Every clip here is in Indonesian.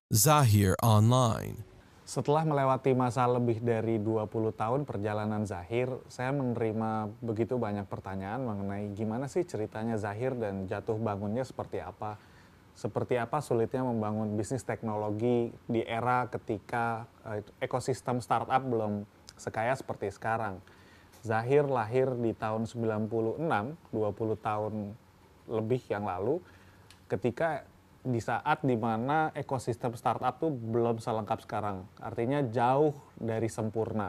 Zahir Online. Setelah melewati masa lebih dari 20 tahun perjalanan Zahir, saya menerima begitu banyak pertanyaan mengenai gimana sih ceritanya Zahir dan jatuh bangunnya seperti apa. Seperti apa sulitnya membangun bisnis teknologi di era ketika ekosistem startup belum sekaya seperti sekarang. Zahir lahir di tahun 96, 20 tahun lebih yang lalu, ketika di saat dimana ekosistem startup tuh belum selengkap sekarang, artinya jauh dari sempurna.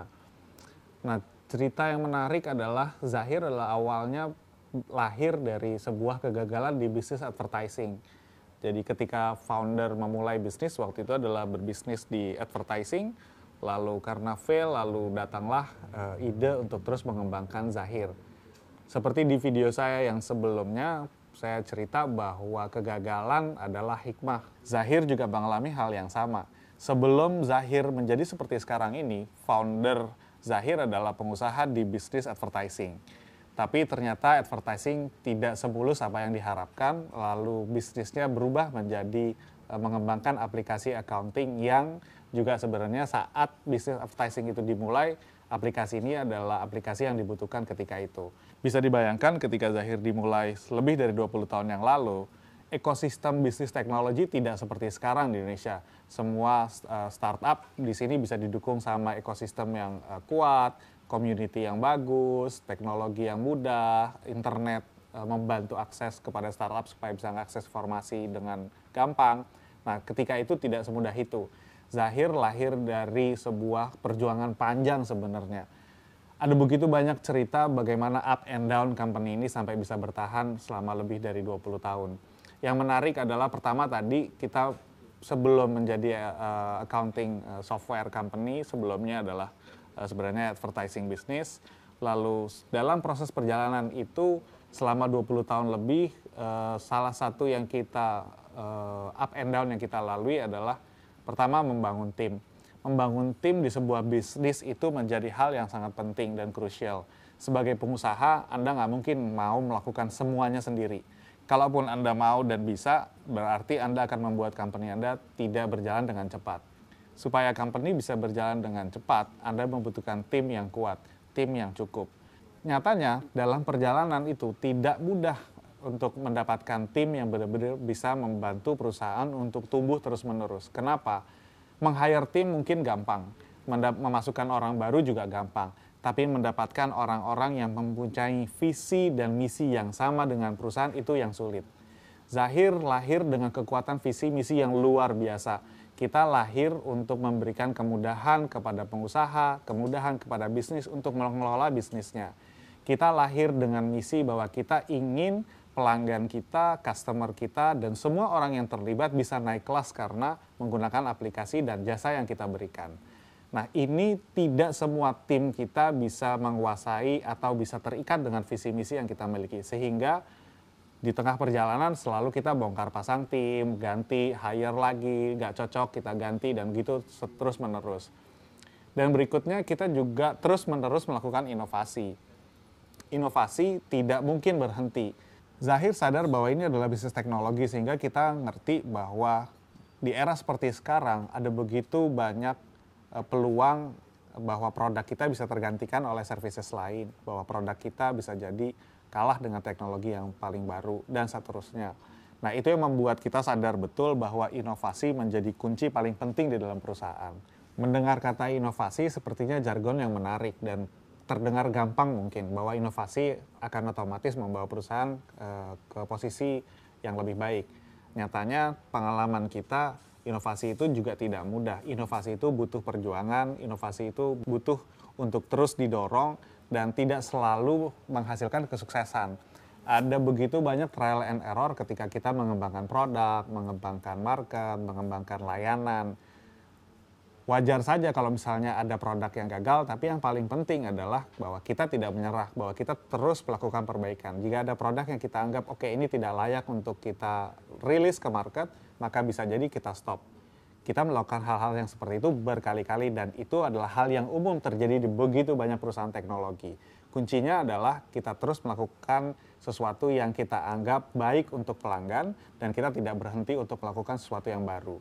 Nah, cerita yang menarik adalah Zahir adalah awalnya lahir dari sebuah kegagalan di bisnis advertising. Jadi ketika founder memulai bisnis waktu itu adalah berbisnis di advertising, lalu karena fail, lalu datanglah ide untuk terus mengembangkan Zahir. Seperti di video saya yang sebelumnya, saya cerita bahwa kegagalan adalah hikmah. Zahir juga mengalami hal yang sama. Sebelum Zahir menjadi seperti sekarang ini, founder Zahir adalah pengusaha di bisnis advertising. Tapi ternyata advertising tidak semulus apa yang diharapkan, lalu bisnisnya berubah menjadi mengembangkan aplikasi accounting yang juga sebenarnya saat bisnis advertising itu dimulai, aplikasi ini adalah aplikasi yang dibutuhkan ketika itu. Bisa dibayangkan ketika Zahir dimulai lebih dari 20 tahun yang lalu, ekosistem bisnis teknologi tidak seperti sekarang di Indonesia. Semua startup di sini bisa didukung sama ekosistem yang kuat, community yang bagus, teknologi yang mudah, internet membantu akses kepada startup supaya bisa mengakses informasi dengan gampang. Nah, ketika itu tidak semudah itu. Zahir lahir dari sebuah perjuangan panjang sebenarnya. Ada begitu banyak cerita bagaimana up and down company ini sampai bisa bertahan selama lebih dari 20 tahun. Yang menarik adalah pertama tadi kita sebelum menjadi accounting software company, sebelumnya adalah sebenarnya advertising business. Lalu dalam proses perjalanan itu selama 20 tahun lebih, salah satu yang kita up and down yang kita lalui adalah pertama membangun tim. Membangun tim di sebuah bisnis itu menjadi hal yang sangat penting dan krusial. Sebagai pengusaha, Anda nggak mungkin mau melakukan semuanya sendiri. Kalaupun Anda mau dan bisa, berarti Anda akan membuat company Anda tidak berjalan dengan cepat. Supaya company bisa berjalan dengan cepat, Anda membutuhkan tim yang kuat, tim yang cukup. Nyatanya, dalam perjalanan itu tidak mudah untuk mendapatkan tim yang benar-benar bisa membantu perusahaan untuk tumbuh terus-menerus. Kenapa? Meng-hire tim mungkin gampang, memasukkan orang baru juga gampang, tapi mendapatkan orang-orang yang mempunyai visi dan misi yang sama dengan perusahaan itu yang sulit. Zahir lahir dengan kekuatan visi misi yang luar biasa. Kita lahir untuk memberikan kemudahan kepada pengusaha, kemudahan kepada bisnis untuk mengelola bisnisnya. Kita lahir dengan misi bahwa kita ingin pelanggan kita, customer kita, dan semua orang yang terlibat bisa naik kelas karena menggunakan aplikasi dan jasa yang kita berikan. Nah, ini tidak semua tim kita bisa menguasai atau bisa terikat dengan visi misi yang kita miliki. Sehingga di tengah perjalanan selalu kita bongkar pasang tim, ganti, hire lagi, nggak cocok kita ganti, dan gitu terus menerus. Dan berikutnya kita juga terus menerus melakukan inovasi. Inovasi tidak mungkin berhenti. Zahir sadar bahwa ini adalah bisnis teknologi sehingga kita ngerti bahwa di era seperti sekarang ada begitu banyak peluang bahwa produk kita bisa tergantikan oleh services lain, bahwa produk kita bisa jadi kalah dengan teknologi yang paling baru dan seterusnya. Nah, itu yang membuat kita sadar betul bahwa inovasi menjadi kunci paling penting di dalam perusahaan. Mendengar kata inovasi sepertinya jargon yang menarik dan terdengar gampang mungkin, bahwa inovasi akan otomatis membawa perusahaan ke posisi yang lebih baik. Nyatanya pengalaman kita, inovasi itu juga tidak mudah. Inovasi itu butuh perjuangan, inovasi itu butuh untuk terus didorong dan tidak selalu menghasilkan kesuksesan. Ada begitu banyak trial and error ketika kita mengembangkan produk, mengembangkan market, mengembangkan layanan. Wajar saja kalau misalnya ada produk yang gagal, tapi yang paling penting adalah bahwa kita tidak menyerah, bahwa kita terus melakukan perbaikan. Jika ada produk yang kita anggap, oke, ini tidak layak untuk kita rilis ke market, maka bisa jadi kita stop. Kita melakukan hal-hal yang seperti itu berkali-kali dan itu adalah hal yang umum terjadi di begitu banyak perusahaan teknologi. Kuncinya adalah kita terus melakukan sesuatu yang kita anggap baik untuk pelanggan dan kita tidak berhenti untuk melakukan sesuatu yang baru.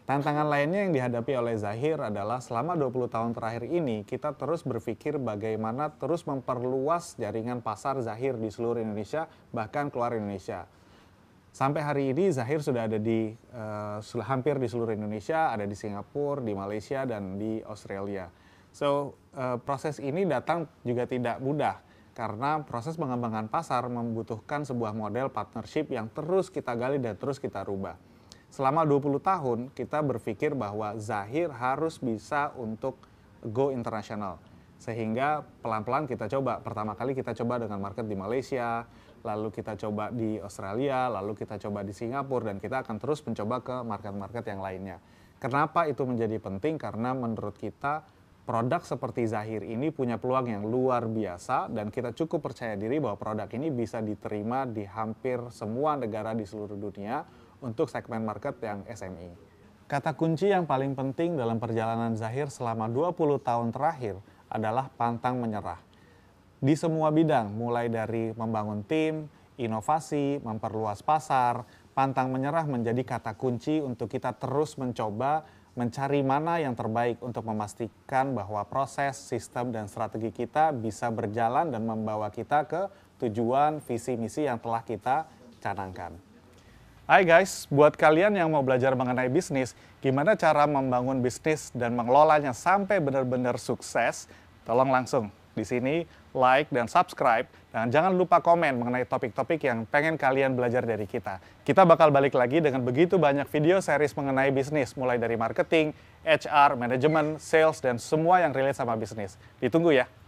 Tantangan lainnya yang dihadapi oleh Zahir adalah selama 20 tahun terakhir ini kita terus berpikir bagaimana terus memperluas jaringan pasar Zahir di seluruh Indonesia, bahkan keluar Indonesia. Sampai hari ini Zahir sudah ada di hampir di seluruh Indonesia, ada di Singapura, di Malaysia, dan di Australia. So, proses ini datang juga tidak mudah karena proses pengembangan pasar membutuhkan sebuah model partnership yang terus kita gali dan terus kita rubah. Selama 20 tahun kita berpikir bahwa Zahir harus bisa untuk go internasional. Sehingga pelan-pelan kita coba. Pertama kali kita coba dengan market di Malaysia, lalu kita coba di Australia, lalu kita coba di Singapura, dan kita akan terus mencoba ke market-market yang lainnya. Kenapa itu menjadi penting? Karena menurut kita produk seperti Zahir ini punya peluang yang luar biasa dan kita cukup percaya diri bahwa produk ini bisa diterima di hampir semua negara di seluruh dunia untuk segmen market yang SME. Kata kunci yang paling penting dalam perjalanan Zahir selama 20 tahun terakhir adalah pantang menyerah. Di semua bidang, mulai dari membangun tim, inovasi, memperluas pasar, pantang menyerah menjadi kata kunci untuk kita terus mencoba mencari mana yang terbaik untuk memastikan bahwa proses, sistem, dan strategi kita bisa berjalan dan membawa kita ke tujuan, visi, misi yang telah kita canangkan. Hai guys, buat kalian yang mau belajar mengenai bisnis, gimana cara membangun bisnis dan mengelolanya sampai benar-benar sukses, tolong langsung di sini like dan subscribe, dan jangan lupa komen mengenai topik-topik yang pengen kalian belajar dari kita. Kita bakal balik lagi dengan begitu banyak video series mengenai bisnis, mulai dari marketing, HR, manajemen, sales, dan semua yang relate sama bisnis. Ditunggu ya!